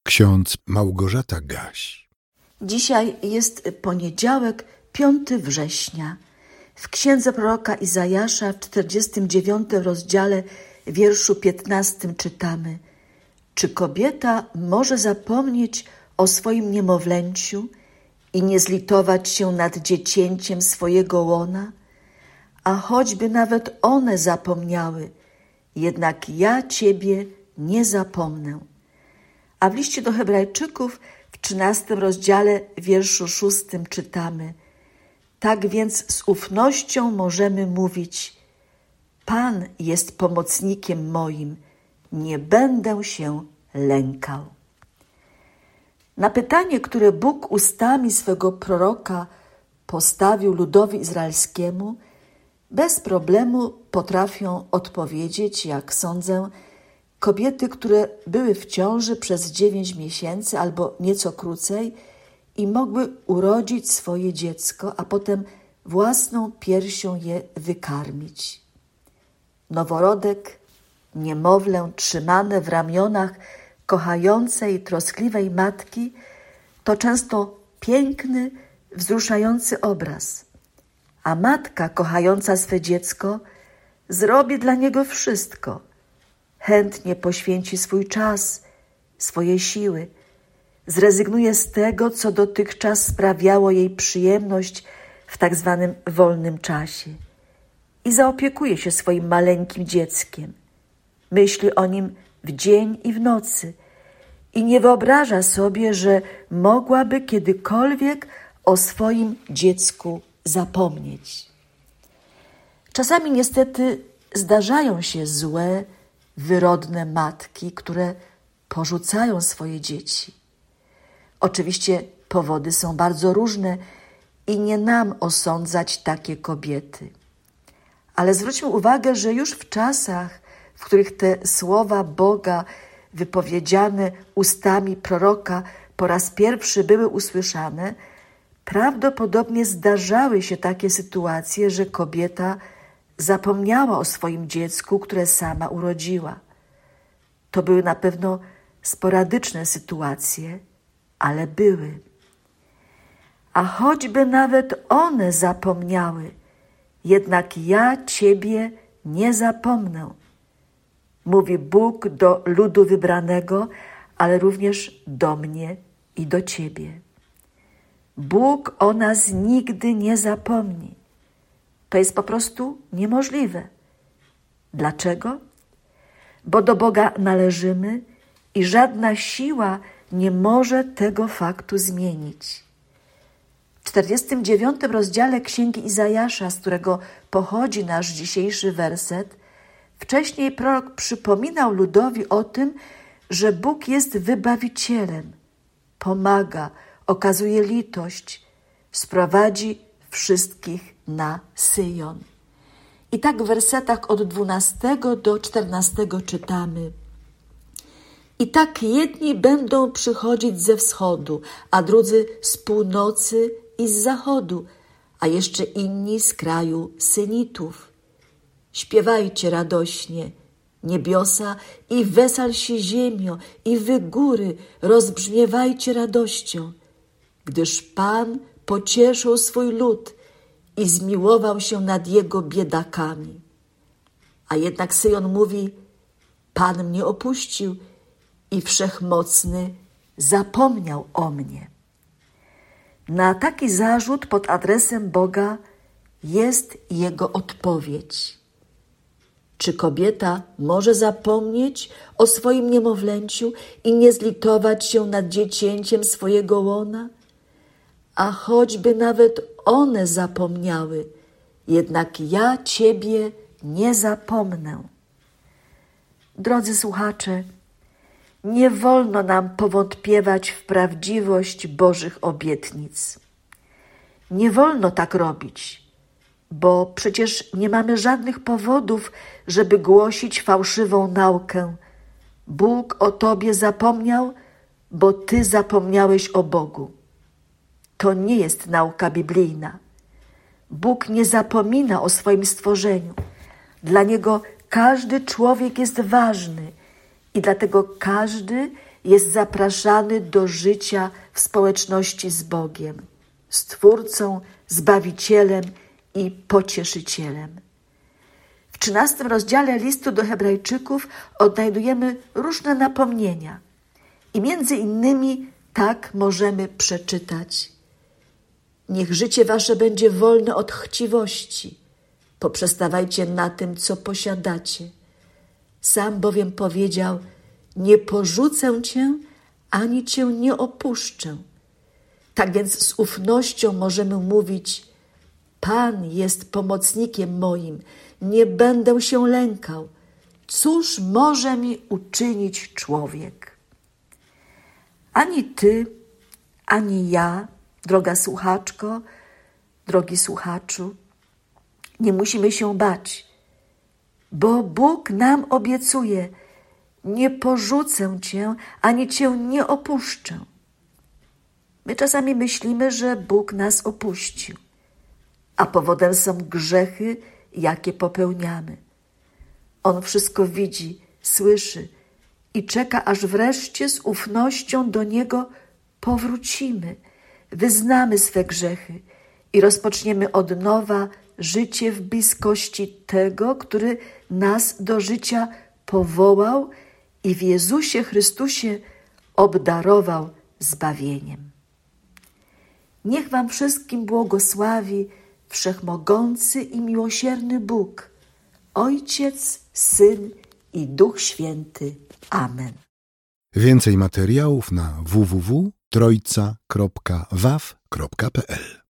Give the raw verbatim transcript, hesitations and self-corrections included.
Ksiądz Małgorzata Gaś. Dzisiaj jest poniedziałek, piątego września. W księdze proroka Izajasza w czterdziestym dziewiątym rozdziale, wierszu piętnastym czytamy: Czy kobieta może zapomnieć o swoim niemowlęciu i nie zlitować się nad dziecięciem swojego łona? A choćby nawet one zapomniały, jednak ja Ciebie nie zapomnę. A w liście do Hebrajczyków w trzynastym rozdziale, wierszu szóstym czytamy: Tak więc z ufnością możemy mówić: Pan jest pomocnikiem moim, nie będę się lękał. Na pytanie, które Bóg ustami swego proroka postawił ludowi izraelskiemu, bez problemu potrafią odpowiedzieć, jak sądzę, kobiety, które były w ciąży przez dziewięć miesięcy albo nieco krócej i mogły urodzić swoje dziecko, a potem własną piersią je wykarmić. Noworodek, niemowlę trzymane w ramionach kochającej, troskliwej matki to często piękny, wzruszający obraz, a matka kochająca swe dziecko zrobi dla niego wszystko. Chętnie poświęci swój czas, swoje siły, zrezygnuje z tego, co dotychczas sprawiało jej przyjemność w tak zwanym wolnym czasie i zaopiekuje się swoim maleńkim dzieckiem. Myśli o nim w dzień i w nocy i nie wyobraża sobie, że mogłaby kiedykolwiek o swoim dziecku zapomnieć. Czasami niestety zdarzają się złe, wyrodne matki, które porzucają swoje dzieci. Oczywiście powody są bardzo różne i nie nam osądzać takie kobiety. Ale zwróćmy uwagę, że już w czasach, w których te słowa Boga wypowiedziane ustami proroka po raz pierwszy były usłyszane, prawdopodobnie zdarzały się takie sytuacje, że kobieta zapomniała o swoim dziecku, które sama urodziła. To były na pewno sporadyczne sytuacje, ale były. A choćby nawet one zapomniały, jednak ja Ciebie nie zapomnę, mówi Bóg do ludu wybranego, ale również do mnie i do Ciebie. Bóg o nas nigdy nie zapomni. To jest po prostu niemożliwe. Dlaczego? Bo do Boga należymy i żadna siła nie może tego faktu zmienić. W czterdziestym dziewiątym rozdziale Księgi Izajasza, z którego pochodzi nasz dzisiejszy werset, wcześniej prorok przypominał ludowi o tym, że Bóg jest wybawicielem, pomaga, okazuje litość, sprowadzi wszystkich na Syjon. I tak w wersetach od dwunastego do czternastego czytamy: I tak jedni będą przychodzić ze wschodu, a drudzy z północy i z zachodu, a jeszcze inni z kraju Synitów. Śpiewajcie radośnie, niebiosa, i wesel się ziemio, i wy góry, rozbrzmiewajcie radością, gdyż Pan pocieszył swój lud i zmiłował się nad jego biedakami. A jednak Syjon mówi: Pan mnie opuścił i Wszechmocny zapomniał o mnie. Na taki zarzut pod adresem Boga jest jego odpowiedź. Czy kobieta może zapomnieć o swoim niemowlęciu i nie zlitować się nad dziecięciem swojego łona? A choćby nawet one zapomniały, jednak ja Ciebie nie zapomnę. Drodzy słuchacze, nie wolno nam powątpiewać w prawdziwość Bożych obietnic. Nie wolno tak robić, bo przecież nie mamy żadnych powodów, żeby głosić fałszywą naukę. Bóg o Tobie zapomniał, bo Ty zapomniałeś o Bogu. To nie jest nauka biblijna. Bóg nie zapomina o swoim stworzeniu. Dla Niego każdy człowiek jest ważny i dlatego każdy jest zapraszany do życia w społeczności z Bogiem, Stwórcą, Zbawicielem i Pocieszycielem. W trzynastym rozdziale listu do Hebrajczyków odnajdujemy różne napomnienia i między innymi tak możemy przeczytać: niech życie wasze będzie wolne od chciwości, poprzestawajcie na tym, co posiadacie. Sam bowiem powiedział: nie porzucę cię, ani cię nie opuszczę. Tak więc z ufnością możemy mówić: Pan jest pomocnikiem moim, nie będę się lękał. Cóż może mi uczynić człowiek? Ani ty, ani ja, droga słuchaczko, drogi słuchaczu, nie musimy się bać, bo Bóg nam obiecuje: nie porzucę cię, ani cię nie opuszczę. My czasami myślimy, że Bóg nas opuścił, a powodem są grzechy, jakie popełniamy. On wszystko widzi, słyszy i czeka, aż wreszcie z ufnością do Niego powrócimy, wyznamy swe grzechy i rozpoczniemy od nowa życie w bliskości tego, który nas do życia powołał i w Jezusie Chrystusie obdarował zbawieniem. Niech wam wszystkim błogosławi Wszechmogący i miłosierny Bóg, Ojciec, Syn i Duch Święty. Amen. Więcej materiałów na w w w kropka trojca kropka w a w kropka p l